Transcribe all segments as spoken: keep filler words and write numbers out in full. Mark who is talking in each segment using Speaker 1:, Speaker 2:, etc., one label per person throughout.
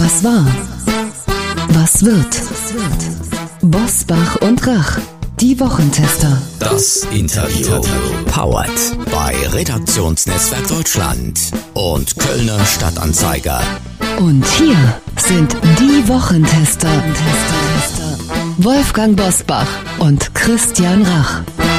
Speaker 1: Was war? Was wird? Bosbach und Rach, die Wochentester.
Speaker 2: Das Interview. Powered bei Redaktionsnetzwerk Deutschland und Kölner Stadtanzeiger.
Speaker 1: Und hier sind die Wochentester. Wolfgang Bosbach und Christian Rach.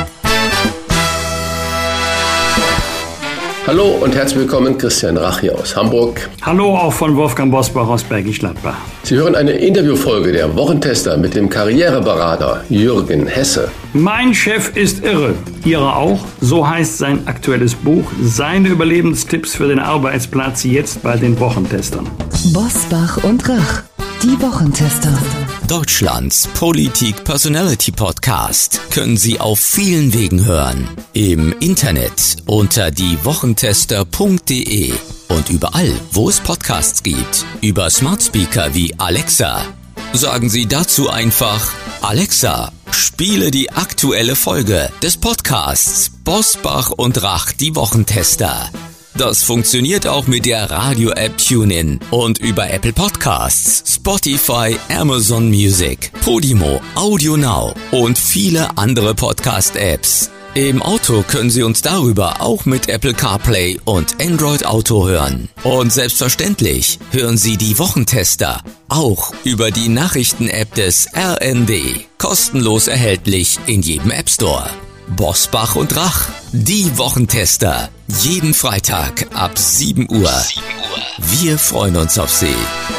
Speaker 3: Hallo und herzlich willkommen, Christian Rach hier aus Hamburg.
Speaker 4: Hallo auch von Wolfgang Bosbach aus Bergisch Gladbach.
Speaker 3: Sie hören eine Interviewfolge der Wochentester mit dem Karriereberater Jürgen Hesse.
Speaker 4: Mein Chef ist irre. Ihrer auch? So heißt sein aktuelles Buch. Seine Überlebenstipps für den Arbeitsplatz jetzt bei den Wochentestern.
Speaker 1: Bosbach und Rach, die Wochentester.
Speaker 2: Deutschlands Politik-Personality-Podcast können Sie auf vielen Wegen hören. Im Internet unter diewochentester punkt de und überall, wo es Podcasts gibt. Über Smart Speaker wie Alexa. Sagen Sie dazu einfach: Alexa, spiele die aktuelle Folge des Podcasts Bosbach und Rach, die Wochentester. Das funktioniert auch mit der Radio-App TuneIn und über Apple Podcasts, Spotify, Amazon Music, Podimo, Audio Now und viele andere Podcast-Apps. Im Auto können Sie uns darüber auch mit Apple CarPlay und Android Auto hören. Und selbstverständlich hören Sie die Wochentester auch über die Nachrichten-App des R N D. Kostenlos erhältlich in jedem App Store. Bosbach und Rach, die Wochentester. Jeden Freitag ab sieben Uhr. Wir freuen uns auf Sie.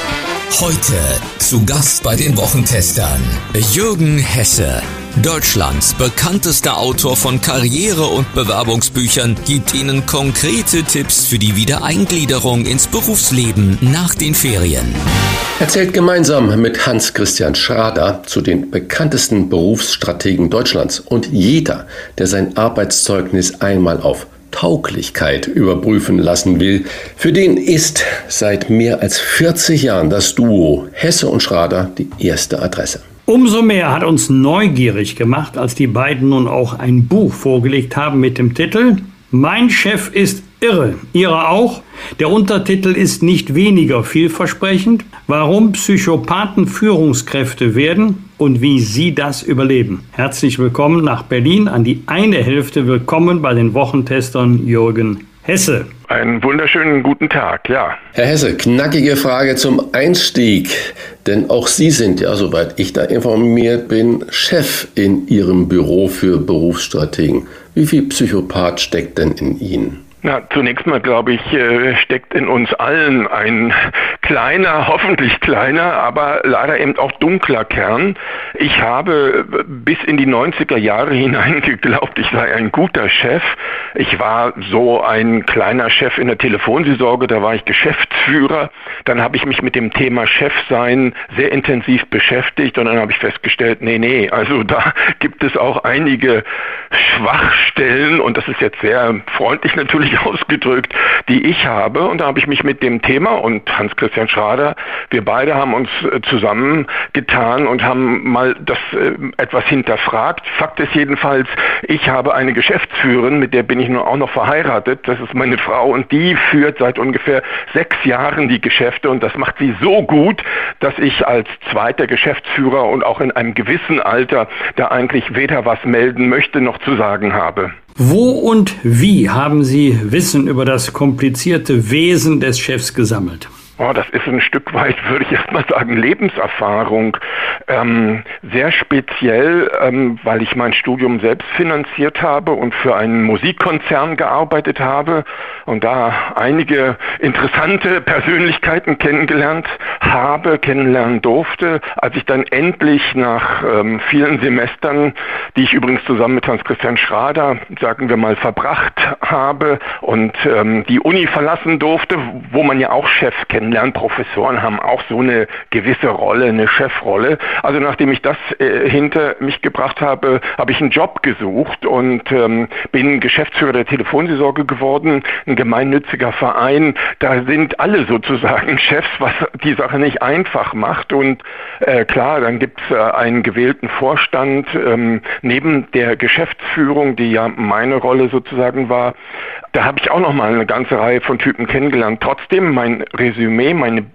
Speaker 2: Heute zu Gast bei den Wochentestern Jürgen Hesse. Deutschlands bekanntester Autor von Karriere- und Bewerbungsbüchern gibt Ihnen konkrete Tipps für die Wiedereingliederung ins Berufsleben nach den Ferien.
Speaker 3: Er zählt gemeinsam mit Hans-Christian Schrader zu den bekanntesten Berufsstrategen Deutschlands. Und jeder, der sein Arbeitszeugnis einmal auf Tauglichkeit überprüfen lassen will, für den ist seit mehr als vierzig Jahren das Duo Hesse und Schrader die erste Adresse.
Speaker 4: Umso mehr hat uns neugierig gemacht, als die beiden nun auch ein Buch vorgelegt haben mit dem Titel Mein Chef ist irre. Ihrer auch? Der Untertitel ist nicht weniger vielversprechend. Warum Psychopathen Führungskräfte werden und wie Sie das überleben. Herzlich willkommen nach Berlin. An die eine Hälfte willkommen bei den Wochentestern Jürgen Hesse.
Speaker 5: Einen wunderschönen guten Tag, ja.
Speaker 3: Herr Hesse, knackige Frage zum Einstieg, denn auch Sie sind ja, soweit ich da informiert bin, Chef in Ihrem Büro für Berufsstrategen. Wie viel Psychopath steckt denn in Ihnen?
Speaker 5: Na, zunächst mal, glaube ich, steckt in uns allen ein kleiner, hoffentlich kleiner, aber leider eben auch dunkler Kern. Ich habe bis in die neunziger Jahre hinein geglaubt, ich sei ein guter Chef. Ich war so ein kleiner Chef in der Telefonseelsorge, da war ich Geschäftsführer. Dann habe ich mich mit dem Thema Chefsein sehr intensiv beschäftigt und dann habe ich festgestellt, nee, nee, also da gibt es auch einige Schwachstellen und das ist jetzt sehr freundlich natürlich ausgedrückt, die ich habe. Und da habe ich mich mit dem Thema und Hans-Christian Schrader, wir beide haben uns zusammengetan und haben mal das äh, etwas hinterfragt. Fakt ist jedenfalls, ich habe eine Geschäftsführerin, mit der bin ich nur auch noch verheiratet. Das ist meine Frau und die führt seit ungefähr sechs Jahren die Geschäfte und das macht sie so gut, dass ich als zweiter Geschäftsführer und auch in einem gewissen Alter da eigentlich weder was melden möchte noch zu sagen habe.
Speaker 4: Wo und wie haben Sie Wissen über das komplizierte Wesen des Chefs gesammelt?
Speaker 5: Oh, das ist ein Stück weit, würde ich erst mal sagen, Lebenserfahrung. Ähm, sehr speziell, ähm, weil ich mein Studium selbst finanziert habe und für einen Musikkonzern gearbeitet habe und da einige interessante Persönlichkeiten kennengelernt habe, kennenlernen durfte. Als ich dann endlich nach ähm, vielen Semestern, die ich übrigens zusammen mit Hans-Christian Schrader, sagen wir mal, verbracht habe und ähm, die Uni verlassen durfte, wo man ja auch Chef kennt, Lernprofessoren haben auch so eine gewisse Rolle, eine Chefrolle. Also nachdem ich das äh, hinter mich gebracht habe, habe ich einen Job gesucht und ähm, bin Geschäftsführer der Telefonseelsorge geworden, ein gemeinnütziger Verein. Da sind alle sozusagen Chefs, was die Sache nicht einfach macht. Und äh, klar, dann gibt es äh, einen gewählten Vorstand ähm, neben der Geschäftsführung, die ja meine Rolle sozusagen war. Da habe ich auch noch mal eine ganze Reihe von Typen kennengelernt. Trotzdem, mein Resümee, meine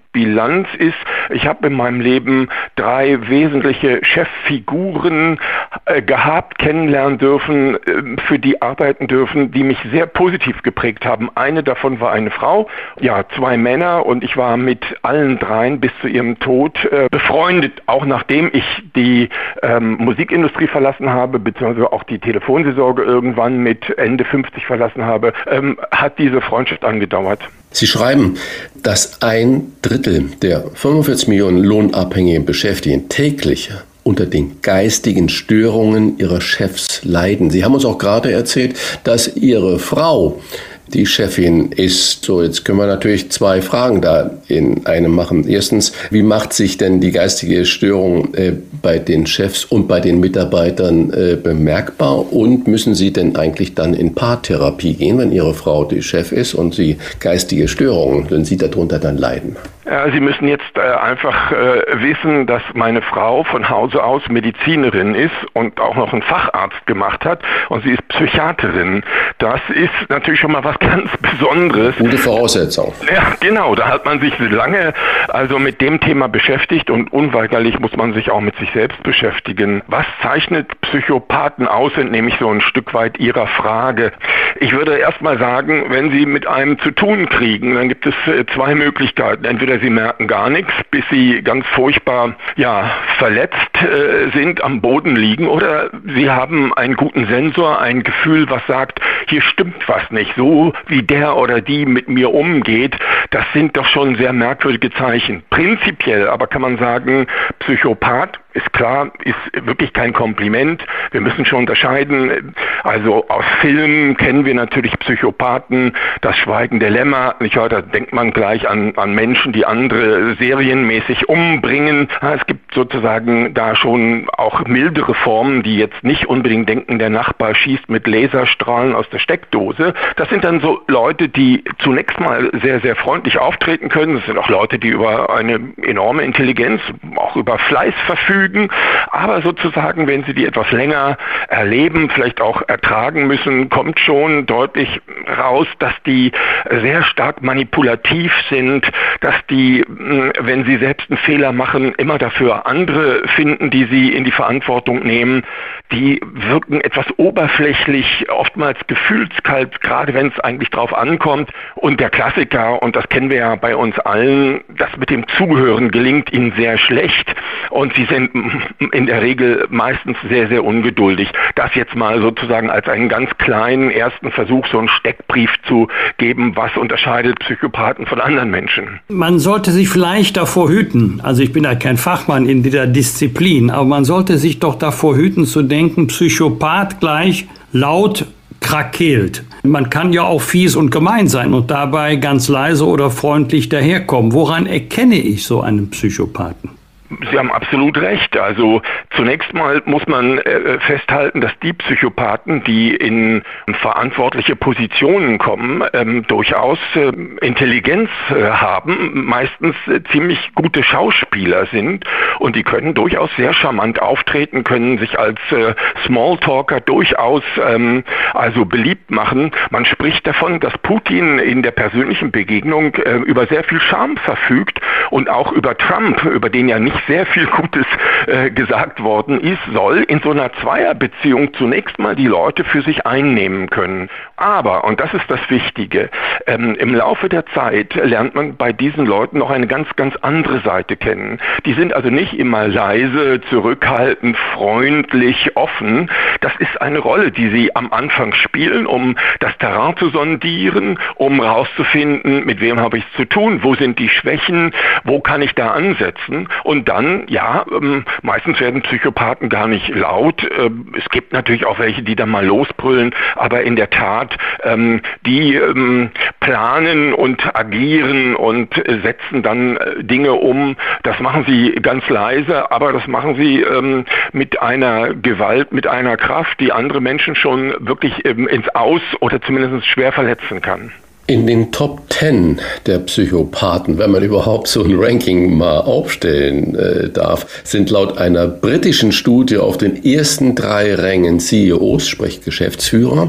Speaker 5: Bilanz ist, ich habe in meinem Leben drei wesentliche Cheffiguren äh, gehabt, kennenlernen dürfen, äh, für die arbeiten dürfen, die mich sehr positiv geprägt haben. Eine davon war eine Frau, ja, zwei Männer, und ich war mit allen dreien bis zu ihrem Tod äh, befreundet, auch nachdem ich die ähm, Musikindustrie verlassen habe, beziehungsweise auch die Telefonseelsorge irgendwann mit Ende fünfzig verlassen habe, ähm, hat diese Freundschaft angedauert.
Speaker 3: Sie schreiben, dass ein Drittel der fünfundvierzig Millionen lohnabhängigen Beschäftigten täglich unter den geistigen Störungen ihrer Chefs leiden. Sie haben uns auch gerade erzählt, dass Ihre Frau die Chefin ist. So, jetzt können wir natürlich zwei Fragen da in einem machen. Erstens, wie macht sich denn die geistige Störung äh, bei den Chefs und bei den Mitarbeitern äh, bemerkbar? Und müssen Sie denn eigentlich dann in Paartherapie gehen, wenn Ihre Frau die Chef ist und Sie geistige Störungen, wenn Sie darunter dann leiden?
Speaker 5: Ja, Sie müssen jetzt äh, einfach äh, wissen, dass meine Frau von Hause aus Medizinerin ist und auch noch einen Facharzt gemacht hat, und sie ist Psychiaterin. Das ist natürlich schon mal was ganz Besonderes.
Speaker 3: Gute Voraussetzung.
Speaker 5: Ja, genau. Da hat man sich lange also mit dem Thema beschäftigt, und unweigerlich muss man sich auch mit sich selbst beschäftigen. Was zeichnet Psychopathen aus, entnehme ich so ein Stück weit Ihrer Frage. Ich würde erst mal sagen, wenn Sie mit einem zu tun kriegen, dann gibt es äh, zwei Möglichkeiten. Entweder Sie merken gar nichts, bis Sie ganz furchtbar ja, verletzt äh, sind, am Boden liegen, oder Sie haben einen guten Sensor, ein Gefühl, was sagt, hier stimmt was nicht. So wie der oder die mit mir umgeht, das sind doch schon sehr merkwürdige Zeichen. Prinzipiell aber kann man sagen, Psychopath ist klar, ist wirklich kein Kompliment. Wir müssen schon unterscheiden. Also aus Filmen kennen wir natürlich Psychopathen, das Schweigen der Lämmer. Nicht wahr? Da denkt man gleich an, an Menschen, die andere serienmäßig umbringen. Es gibt sozusagen da schon auch mildere Formen, die jetzt nicht unbedingt denken, der Nachbar schießt mit Laserstrahlen aus der Steckdose. Das sind dann so Leute, die zunächst mal sehr, sehr freundlich auftreten können. Das sind auch Leute, die über eine enorme Intelligenz, auch über Fleiß verfügen. Aber sozusagen, wenn Sie die etwas länger erleben, vielleicht auch ertragen müssen, kommt schon deutlich raus, dass die sehr stark manipulativ sind, dass die, wenn sie selbst einen Fehler machen, immer dafür andere finden, die sie in die Verantwortung nehmen. Die wirken etwas oberflächlich, oftmals gefühlskalt, gerade wenn es eigentlich drauf ankommt. Und der Klassiker, und das kennen wir ja bei uns allen, das mit dem Zuhören gelingt ihnen sehr schlecht, und sie sind in der Regel meistens sehr, sehr ungeduldig. Das jetzt mal sozusagen als einen ganz kleinen ersten Versuch, so einen Steckbrief zu geben, was unterscheidet Psychopathen von anderen Menschen.
Speaker 4: Man sollte sich vielleicht davor hüten, also ich bin ja kein Fachmann in dieser Disziplin, aber man sollte sich doch davor hüten zu denken, Psychopath gleich laut krakeelt. Man kann ja auch fies und gemein sein und dabei ganz leise oder freundlich daherkommen. Woran erkenne ich so einen Psychopathen?
Speaker 5: Sie haben absolut recht. Also zunächst mal muss man äh, festhalten, dass die Psychopathen, die in verantwortliche Positionen kommen, ähm, durchaus äh, Intelligenz äh, haben, meistens äh, ziemlich gute Schauspieler sind, und die können durchaus sehr charmant auftreten, können sich als äh, Smalltalker durchaus ähm, also beliebt machen. Man spricht davon, dass Putin in der persönlichen Begegnung äh, über sehr viel Charme verfügt, und auch über Trump, über den ja nicht sehr viel Gutes äh, gesagt worden ist, soll in so einer Zweierbeziehung zunächst mal die Leute für sich einnehmen können. Aber, und das ist das Wichtige, ähm, im Laufe der Zeit lernt man bei diesen Leuten noch eine ganz, ganz andere Seite kennen. Die sind also nicht immer leise, zurückhaltend, freundlich, offen. Das ist eine Rolle, die sie am Anfang spielen, um das Terrain zu sondieren, um rauszufinden, mit wem habe ich es zu tun, wo sind die Schwächen, wo kann ich da ansetzen, und dann, ja, ähm, meistens werden Psychopathen gar nicht laut. Ähm, es gibt natürlich auch welche, die dann mal losbrüllen, aber in der Tat, ähm, die ähm, planen und agieren und äh, setzen dann äh, Dinge um. Das machen sie ganz leise, aber das machen sie ähm, mit einer Gewalt, mit einer Kraft, die andere Menschen schon wirklich ähm, ins Aus oder zumindest schwer verletzen kann.
Speaker 3: In den Top Ten der Psychopathen, wenn man überhaupt so ein Ranking mal aufstellen äh, darf, sind laut einer britischen Studie auf den ersten drei Rängen C E Os, sprich Geschäftsführer,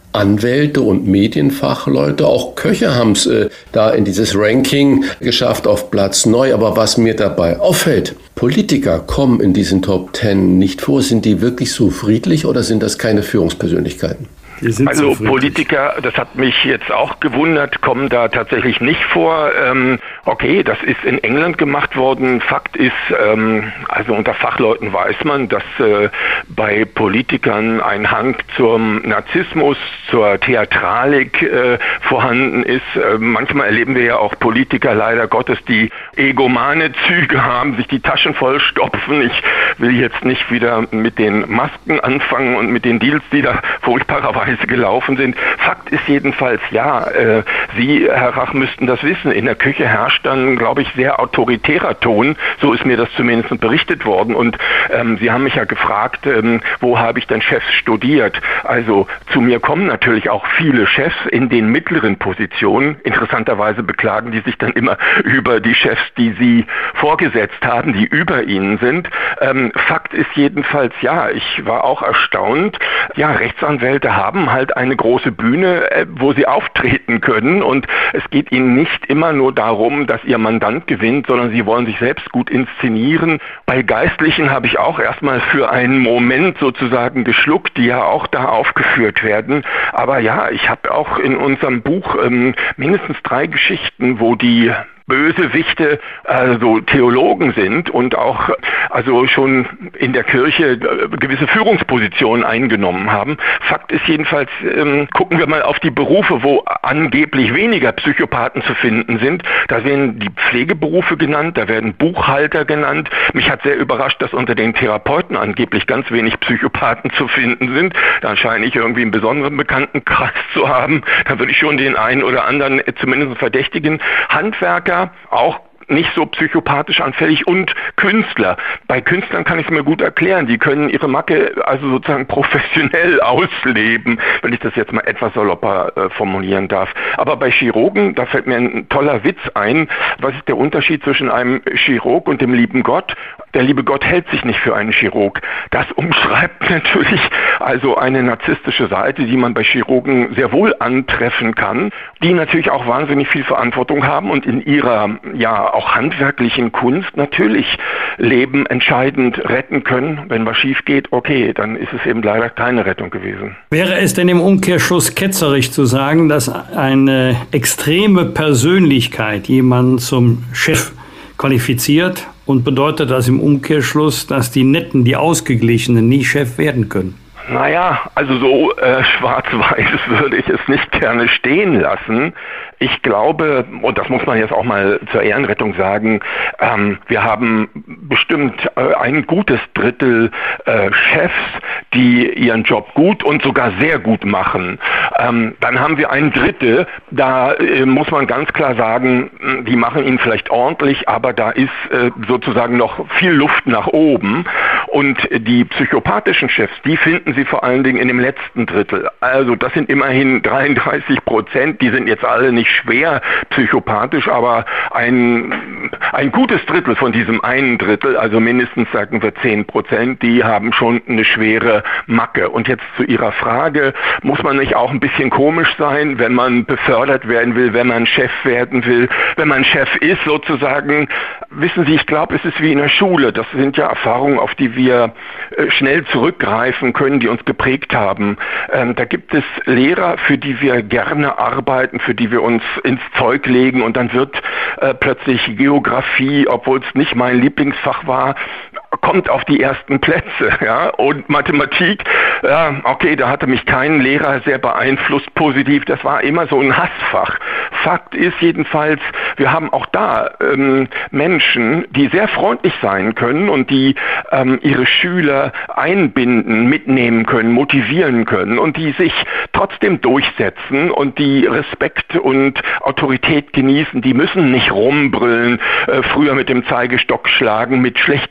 Speaker 3: Anwälte und Medienfachleute, auch Köche haben es äh, da in dieses Ranking geschafft auf Platz neun. Aber was mir dabei auffällt, Politiker kommen in diesen Top Ten nicht vor. Sind die wirklich so friedlich oder sind das keine Führungspersönlichkeiten?
Speaker 5: Also Politiker, das hat mich jetzt auch gewundert, kommen da tatsächlich nicht vor. Ähm, okay, das ist in England gemacht worden. Fakt ist, ähm, also unter Fachleuten weiß man, dass äh, bei Politikern ein Hang zum Narzissmus, zur Theatralik äh, vorhanden ist. Äh, manchmal erleben wir ja auch Politiker leider Gottes, die egomane Züge haben, sich die Taschen vollstopfen. Ich will jetzt nicht wieder mit den Masken anfangen und mit den Deals, die da furchtbarerweise gelaufen sind. Fakt ist jedenfalls, ja, äh, Sie, Herr Rach, müssten das wissen. In der Küche herrscht dann, glaube ich, sehr autoritärer Ton. So ist mir das zumindest berichtet worden. Und ähm, Sie haben mich ja gefragt, ähm, wo habe ich denn Chefs studiert? Also zu mir kommen natürlich auch viele Chefs in den mittleren Positionen. Interessanterweise beklagen die sich dann immer über die Chefs, die sie vorgesetzt haben, die über ihnen sind. Ähm, Fakt ist jedenfalls, ja, ich war auch erstaunt. Ja, Rechtsanwälte haben halt eine große Bühne, wo sie auftreten können, und es geht ihnen nicht immer nur darum, dass ihr Mandant gewinnt, sondern sie wollen sich selbst gut inszenieren. Bei Geistlichen habe ich auch erstmal für einen Moment sozusagen geschluckt, die ja auch da aufgeführt werden. Aber ja, ich habe auch in unserem Buch ähm, mindestens drei Geschichten, wo die Bösewichte also Theologen sind und auch also schon in der Kirche gewisse Führungspositionen eingenommen haben. Fakt ist jedenfalls, ähm, gucken wir mal auf die Berufe, wo angeblich weniger Psychopathen zu finden sind. Da werden die Pflegeberufe genannt, da werden Buchhalter genannt. Mich hat sehr überrascht, dass unter den Therapeuten angeblich ganz wenig Psychopathen zu finden sind. Da scheine ich irgendwie einen besonderen Bekanntenkreis zu haben. Da würde ich schon den einen oder anderen zumindest verdächtigen. Handwerker auch nicht so psychopathisch anfällig, und Künstler. Bei Künstlern kann ich es mir gut erklären. Die können ihre Macke also sozusagen professionell ausleben, wenn ich das jetzt mal etwas salopper äh, formulieren darf. Aber bei Chirurgen, da fällt mir ein toller Witz ein. Was ist der Unterschied zwischen einem Chirurg und dem lieben Gott? Der liebe Gott hält sich nicht für einen Chirurg. Das umschreibt natürlich also eine narzisstische Seite, die man bei Chirurgen sehr wohl antreffen kann, die natürlich auch wahnsinnig viel Verantwortung haben und in ihrer, ja, auch handwerklichen Kunst natürlich Leben entscheidend retten können. Wenn was schief geht, okay, dann ist es eben leider keine Rettung gewesen.
Speaker 4: Wäre es denn im Umkehrschluss ketzerisch zu sagen, dass eine extreme Persönlichkeit jemanden zum Chef qualifiziert, und bedeutet das im Umkehrschluss, dass die Netten, die Ausgeglichenen nie Chef werden können?
Speaker 5: Naja, also so äh, schwarz-weiß würde ich es nicht gerne stehen lassen. Ich glaube, und das muss man jetzt auch mal zur Ehrenrettung sagen, ähm, wir haben bestimmt äh, ein gutes Drittel äh, Chefs, die ihren Job gut und sogar sehr gut machen. Ähm, dann haben wir ein Drittel, da äh, muss man ganz klar sagen, die machen ihn vielleicht ordentlich, aber da ist äh, sozusagen noch viel Luft nach oben. Und die psychopathischen Chefs, die finden Sie vor allen Dingen in dem letzten Drittel. Also das sind immerhin dreiunddreißig Prozent, die sind jetzt alle nicht schwer psychopathisch, aber ein, ein gutes Drittel von diesem einen Drittel, also mindestens sagen wir zehn Prozent, die haben schon eine schwere Macke. Und jetzt zu Ihrer Frage, muss man nicht auch ein bisschen komisch sein, wenn man befördert werden will, wenn man Chef werden will, wenn man Chef ist sozusagen? Wissen Sie, ich glaube, es ist wie in der Schule. Das sind ja Erfahrungen, auf die wir äh, schnell zurückgreifen können, die uns geprägt haben. Ähm, da gibt es Lehrer, für die wir gerne arbeiten, für die wir uns ins Zeug legen, und dann wird äh, plötzlich Geografie, obwohl es nicht mein Lieblingsfach war, kommt auf die ersten Plätze, ja, und Mathematik, ja, okay, da hatte mich kein Lehrer sehr beeinflusst positiv, das war immer so ein Hassfach. Fakt ist jedenfalls, wir haben auch da ähm, Menschen, die sehr freundlich sein können und die ähm, ihre Schüler einbinden, mitnehmen können, motivieren können und die sich trotzdem durchsetzen und die Respekt und Autorität genießen, die müssen nicht rumbrüllen, äh, früher mit dem Zeigestock schlagen, mit schlechten Noten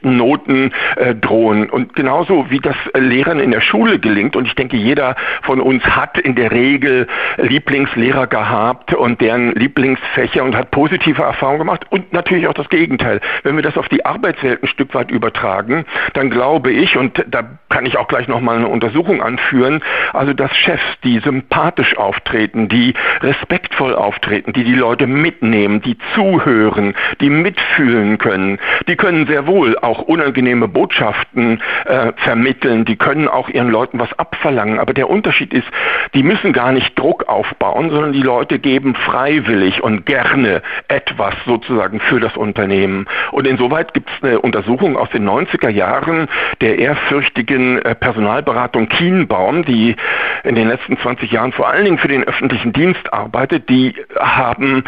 Speaker 5: Noten äh, drohen. Und genauso wie das Lehrern in der Schule gelingt, und ich denke, jeder von uns hat in der Regel Lieblingslehrer gehabt und deren Lieblingsfächer und hat positive Erfahrungen gemacht, und natürlich auch das Gegenteil. Wenn wir das auf die Arbeitswelt ein Stück weit übertragen, dann glaube ich, und da kann ich auch gleich nochmal eine Untersuchung anführen, also dass Chefs, die sympathisch auftreten, die respektvoll auftreten, die die Leute mitnehmen, die zuhören, die mitfühlen können, die können sehr wohl auch unangenehme Botschaften äh, vermitteln, die können auch ihren Leuten was abverlangen, aber der Unterschied ist, die müssen gar nicht Druck aufbauen, sondern die Leute geben freiwillig und gerne etwas sozusagen für das Unternehmen. Und insoweit gibt es eine Untersuchung aus den neunziger Jahren der ehrfürchtigen äh, Personalberatung Kienbaum, die in den letzten zwanzig Jahren vor allen Dingen für den öffentlichen Dienst arbeitet. Die haben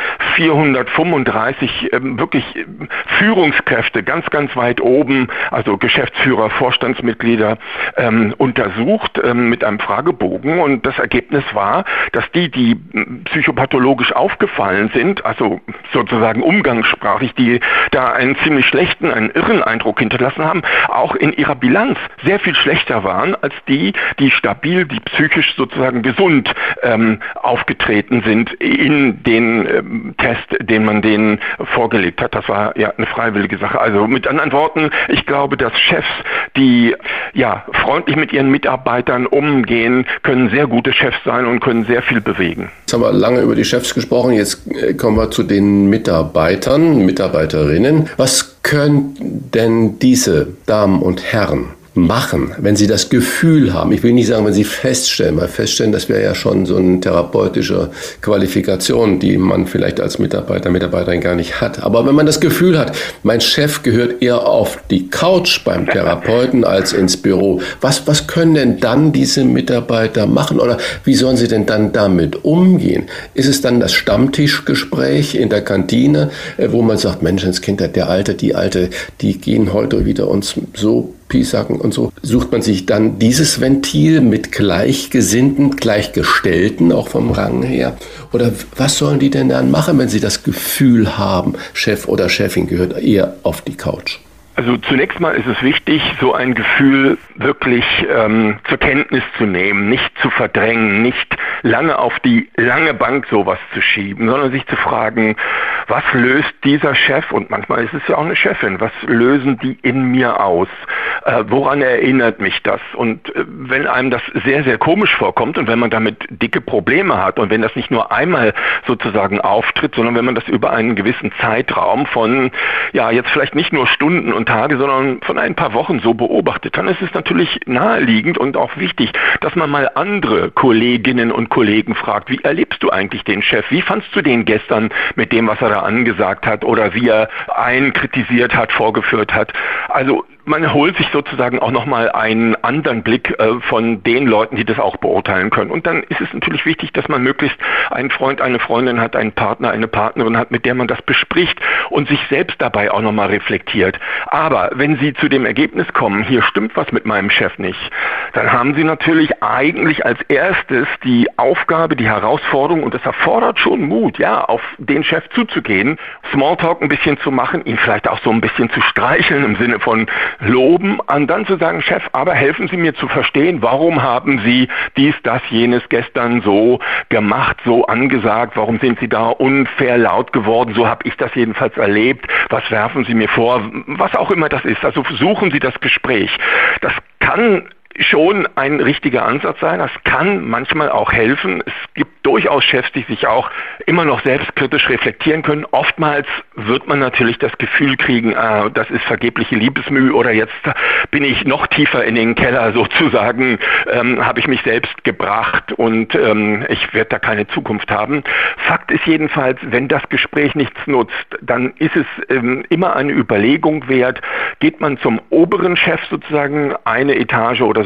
Speaker 5: vierhundertfünfunddreißig äh, wirklich äh, Führungskräfte ganz, ganz weit oben, also Geschäftsführer, Vorstandsmitglieder, ähm, untersucht ähm, mit einem Fragebogen, und das Ergebnis war, dass die, die psychopathologisch aufgefallen sind, also sozusagen umgangssprachlich, die da einen ziemlich schlechten, einen irren Eindruck hinterlassen haben, auch in ihrer Bilanz sehr viel schlechter waren als die, die stabil, die psychisch sozusagen gesund ähm, aufgetreten sind in den ähm, Test, den man denen vorgelegt hat. Das war ja eine freiwillige Sache. Also mit anderen Worten, ich glaube, dass Chefs, die ja freundlich mit ihren Mitarbeitern umgehen, können sehr gute Chefs sein und können sehr viel bewegen.
Speaker 3: Jetzt haben wir lange über die Chefs gesprochen, jetzt kommen wir zu den Mitarbeitern, Mitarbeiterinnen. Was können denn diese Damen und Herren machen, wenn sie das Gefühl haben, ich will nicht sagen, wenn sie feststellen, weil feststellen, das wäre ja schon so eine therapeutische Qualifikation, die man vielleicht als Mitarbeiter, Mitarbeiterin gar nicht hat. Aber wenn man das Gefühl hat, mein Chef gehört eher auf die Couch beim Therapeuten als ins Büro, was, was können denn dann diese Mitarbeiter machen, oder wie sollen sie denn dann damit umgehen? Ist es dann das Stammtischgespräch in der Kantine, wo man sagt, Mensch, das Kind, der Alte, die Alte, die gehen heute wieder uns so Piesacken und so. Sucht man sich dann dieses Ventil mit Gleichgesinnten, Gleichgestellten, auch vom Rang her? Oder was sollen die denn dann machen, wenn sie das Gefühl haben, Chef oder Chefin gehört eher auf die Couch?
Speaker 5: Also zunächst mal ist es wichtig, so ein Gefühl wirklich ähm, zur Kenntnis zu nehmen, nicht zu verdrängen, nicht lange auf die lange Bank sowas zu schieben, sondern sich zu fragen, was löst dieser Chef, und manchmal ist es ja auch eine Chefin, was lösen die in mir aus? Äh, woran erinnert mich das? Und äh, wenn einem das sehr, sehr komisch vorkommt und wenn man damit dicke Probleme hat und wenn das nicht nur einmal sozusagen auftritt, sondern wenn man das über einen gewissen Zeitraum von, ja, jetzt vielleicht nicht nur Stunden und Tage, sondern von ein paar Wochen so beobachtet, dann ist es natürlich naheliegend und auch wichtig, dass man mal andere Kolleginnen und Kollegen fragt, wie erlebst du eigentlich den Chef? Wie fandst du den gestern mit dem, was er da angesagt hat oder wie er einen kritisiert hat, vorgeführt hat? Also man holt sich sozusagen auch nochmal einen anderen Blick äh, von den Leuten, die das auch beurteilen können. Und dann ist es natürlich wichtig, dass man möglichst einen Freund, eine Freundin hat, einen Partner, eine Partnerin hat, mit der man das bespricht und sich selbst dabei auch nochmal reflektiert. Aber wenn Sie zu dem Ergebnis kommen, hier stimmt was mit meinem Chef nicht, dann haben Sie natürlich eigentlich als erstes die Aufgabe, die Herausforderung, und das erfordert schon Mut, ja, auf den Chef zuzugehen, Smalltalk ein bisschen zu machen, ihn vielleicht auch so ein bisschen zu streicheln im Sinne von loben, und dann zu sagen, Chef, aber helfen Sie mir zu verstehen, warum haben Sie dies, das, jenes gestern so gemacht, so angesagt, warum sind Sie da unfair laut geworden, so habe ich das jedenfalls erlebt, was werfen Sie mir vor, was auch immer das ist, also suchen Sie das Gespräch. Das kann schon ein richtiger Ansatz sein. Das kann manchmal auch helfen. Es gibt durchaus Chefs, die sich auch immer noch selbstkritisch reflektieren können. Oftmals wird man natürlich das Gefühl kriegen, äh, das ist vergebliche Liebesmüh oder jetzt bin ich noch tiefer in den Keller sozusagen, ähm, habe ich mich selbst gebracht und ähm, ich werde da keine Zukunft haben. Fakt ist jedenfalls, wenn das Gespräch nichts nutzt, dann ist es ähm, immer eine Überlegung wert, geht man zum oberen Chef sozusagen eine Etage oder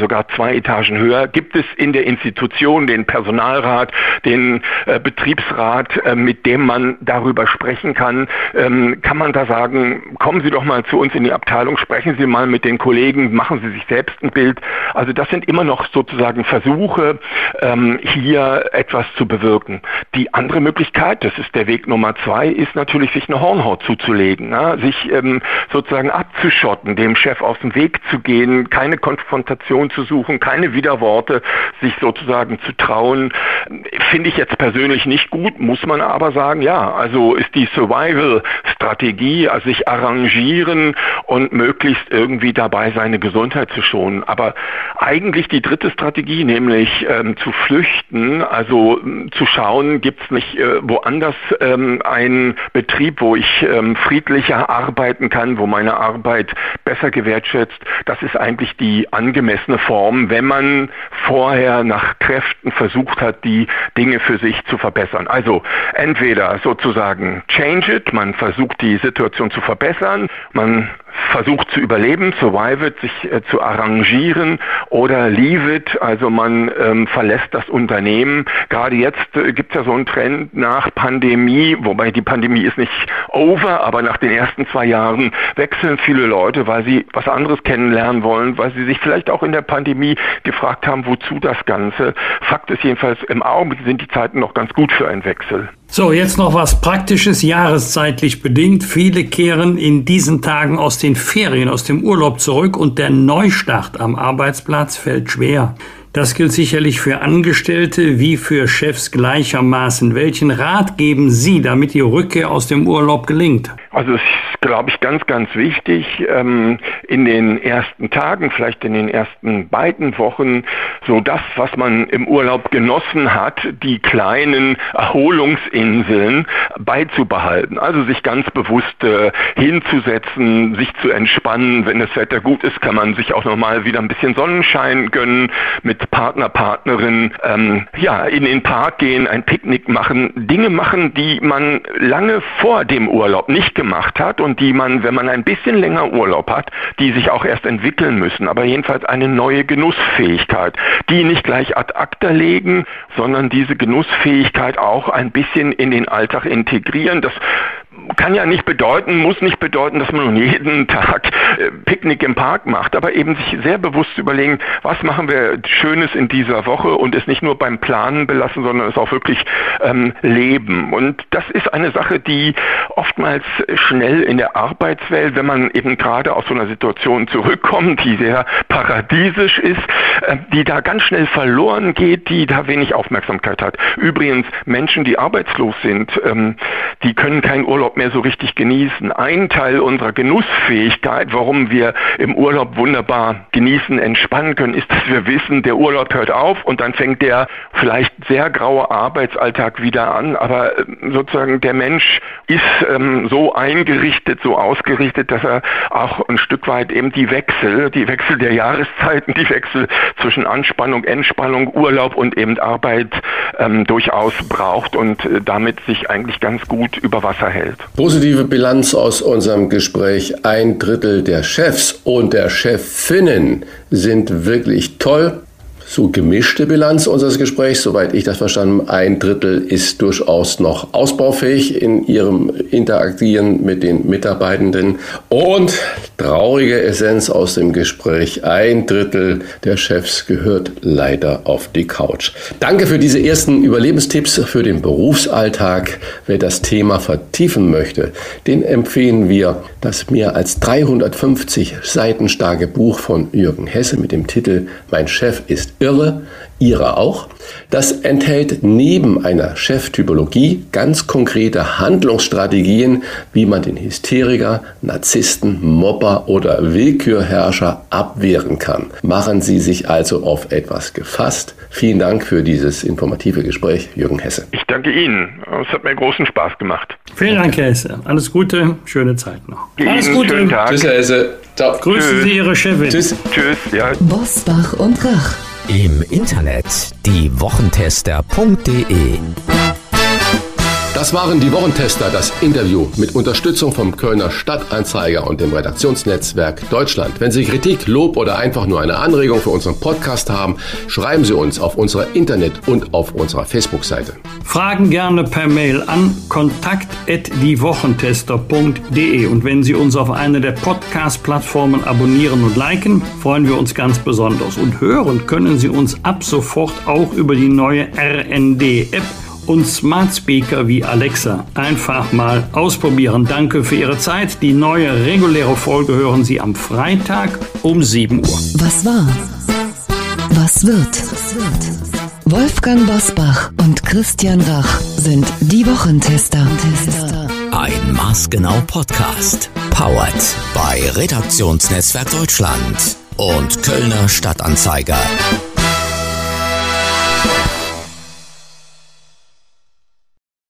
Speaker 5: sogar zwei Etagen höher. Gibt es in der Institution den Personalrat, den äh, Betriebsrat, äh, mit dem man darüber sprechen kann? Ähm, kann man da sagen, kommen Sie doch mal zu uns in die Abteilung, sprechen Sie mal mit den Kollegen, machen Sie sich selbst ein Bild. Also das sind immer noch sozusagen Versuche, ähm, hier etwas zu bewirken. Die andere Möglichkeit, das ist der Weg Nummer zwei, ist natürlich, sich eine Hornhaut zuzulegen, ne? Sich ähm, sozusagen abzuschotten, dem Chef aus dem Weg zu gehen, keine Konfrontation zu suchen, keine Widerworte, sich sozusagen zu trauen. Finde ich jetzt persönlich nicht gut, muss man aber sagen, ja, also ist die Survival-Strategie, also sich arrangieren und möglichst irgendwie dabei seine Gesundheit zu schonen. Aber eigentlich die dritte Strategie, nämlich ähm, zu flüchten, also ähm, zu schauen, gibt es nicht äh, woanders ähm, einen Betrieb, wo ich ähm, friedlicher arbeiten kann, wo meine Arbeit besser gewertschätzt. Das ist eigentlich die angemessene Form, wenn man vorher nach Kräften versucht hat, die Dinge für sich zu verbessern. Also entweder sozusagen change it, man versucht die Situation zu verbessern, man versucht zu überleben, survive it, sich äh, zu arrangieren, oder leave it, also man ähm, verlässt das Unternehmen. Gerade jetzt äh, gibt es ja so einen Trend nach Pandemie, wobei die Pandemie ist nicht over, aber nach den ersten zwei Jahren wechseln viele Leute, weil sie was anderes kennenlernen wollen, weil sie sich vielleicht auch in der Pandemie gefragt haben, wozu das Ganze. Fakt ist jedenfalls, im Augenblick sind die Zeiten noch ganz gut für einen Wechsel.
Speaker 4: So, jetzt noch was Praktisches, jahreszeitlich bedingt. Viele kehren in diesen Tagen aus den Ferien, aus dem Urlaub zurück und der Neustart am Arbeitsplatz fällt schwer. Das gilt sicherlich für Angestellte wie für Chefs gleichermaßen. Welchen Rat geben Sie, damit die Rückkehr aus dem Urlaub gelingt?
Speaker 5: Also es ist, glaube ich, ganz, ganz wichtig, ähm, in den ersten Tagen, vielleicht in den ersten beiden Wochen, so das, was man im Urlaub genossen hat, die kleinen Erholungsinseln beizubehalten. Also sich ganz bewusst äh, hinzusetzen, sich zu entspannen. Wenn das Wetter gut ist, kann man sich auch nochmal wieder ein bisschen Sonnenschein gönnen, mit Partner, Partnerin, ähm, ja, in den Park gehen, ein Picknick machen, Dinge machen, die man lange vor dem Urlaub nicht gemacht hat und die man, wenn man ein bisschen länger Urlaub hat, die sich auch erst entwickeln müssen, aber jedenfalls eine neue Genussfähigkeit, die nicht gleich ad acta legen, sondern diese Genussfähigkeit auch ein bisschen in den Alltag integrieren. Das kann ja nicht bedeuten, muss nicht bedeuten, dass man nun jeden Tag äh, Picknick im Park macht, aber eben sich sehr bewusst überlegen, was machen wir Schönes in dieser Woche und es nicht nur beim Planen belassen, sondern es auch wirklich ähm, leben. Und das ist eine Sache, die oftmals schnell in der Arbeitswelt, wenn man eben gerade aus so einer Situation zurückkommt, die sehr paradiesisch ist, äh, die da ganz schnell verloren geht, die da wenig Aufmerksamkeit hat. Übrigens, Menschen, die arbeitslos sind, ähm, die können keinen Urlaub mehr so richtig genießen. Ein Teil unserer Genussfähigkeit, warum wir im Urlaub wunderbar genießen, entspannen können, ist, dass wir wissen, der Urlaub hört auf und dann fängt der vielleicht sehr graue Arbeitsalltag wieder an, aber sozusagen der Mensch ist ähm, so eingerichtet, so ausgerichtet, dass er auch ein Stück weit eben die Wechsel, die Wechsel der Jahreszeiten, die Wechsel zwischen Anspannung, Entspannung, Urlaub und eben Arbeit ähm, durchaus braucht und äh, damit sich eigentlich ganz gut über Wasser hält.
Speaker 3: Positive Bilanz aus unserem Gespräch. Ein Drittel der Chefs und der Chefinnen sind wirklich toll. So gemischte Bilanz unseres Gesprächs, soweit ich das verstanden habe. Ein Drittel ist durchaus noch ausbaufähig in ihrem Interagieren mit den Mitarbeitenden. Und traurige Essenz aus dem Gespräch. Ein Drittel der Chefs gehört leider auf die Couch. Danke für diese ersten Überlebenstipps für den Berufsalltag. Wer das Thema vertiefen möchte, den empfehlen wir das mehr als dreihundertfünfzig Seiten starke Buch von Jürgen Hesse mit dem Titel Mein Chef ist irre, Ihre auch. Das enthält neben einer Cheftypologie ganz konkrete Handlungsstrategien, wie man den Hysteriker, Narzissten, Mobber oder Willkürherrscher abwehren kann. Machen Sie sich also auf etwas gefasst. Vielen Dank für dieses informative Gespräch, Jürgen Hesse.
Speaker 5: Ich danke Ihnen. Es hat mir großen Spaß gemacht.
Speaker 4: Vielen Dank, Herr Hesse. Alles Gute, schöne Zeit noch.
Speaker 5: Alles Ihnen Gute.
Speaker 3: Tschüss, Herr Hesse. Ciao.
Speaker 4: Grüßen
Speaker 5: Tschüss.
Speaker 4: Sie Ihre Chefin.
Speaker 3: Tschüss.
Speaker 5: Tschüss. Ja.
Speaker 1: Bosbach und Rach.
Speaker 2: Im Internet die Wochentester punkt de.
Speaker 3: Das waren die Wochentester, das Interview mit Unterstützung vom Kölner Stadtanzeiger und dem Redaktionsnetzwerk Deutschland. Wenn Sie Kritik, Lob oder einfach nur eine Anregung für unseren Podcast haben, schreiben Sie uns auf unserer Internet- und auf unserer Facebook-Seite.
Speaker 4: Fragen gerne per Mail an kontakt at diewochentester punkt de. Und wenn Sie uns auf einer der Podcast-Plattformen abonnieren und liken, freuen wir uns ganz besonders. Und hören können Sie uns ab sofort auch über die neue R N D-App und Smart Speaker wie Alexa. Einfach mal ausprobieren. Danke für Ihre Zeit. Die neue reguläre Folge hören Sie am Freitag um sieben Uhr.
Speaker 1: Was war? Was wird? Wolfgang Bosbach und Christian Rach sind die Wochentester.
Speaker 2: Ein Maßgenau Podcast. Powered bei Redaktionsnetzwerk Deutschland und Kölner Stadtanzeiger.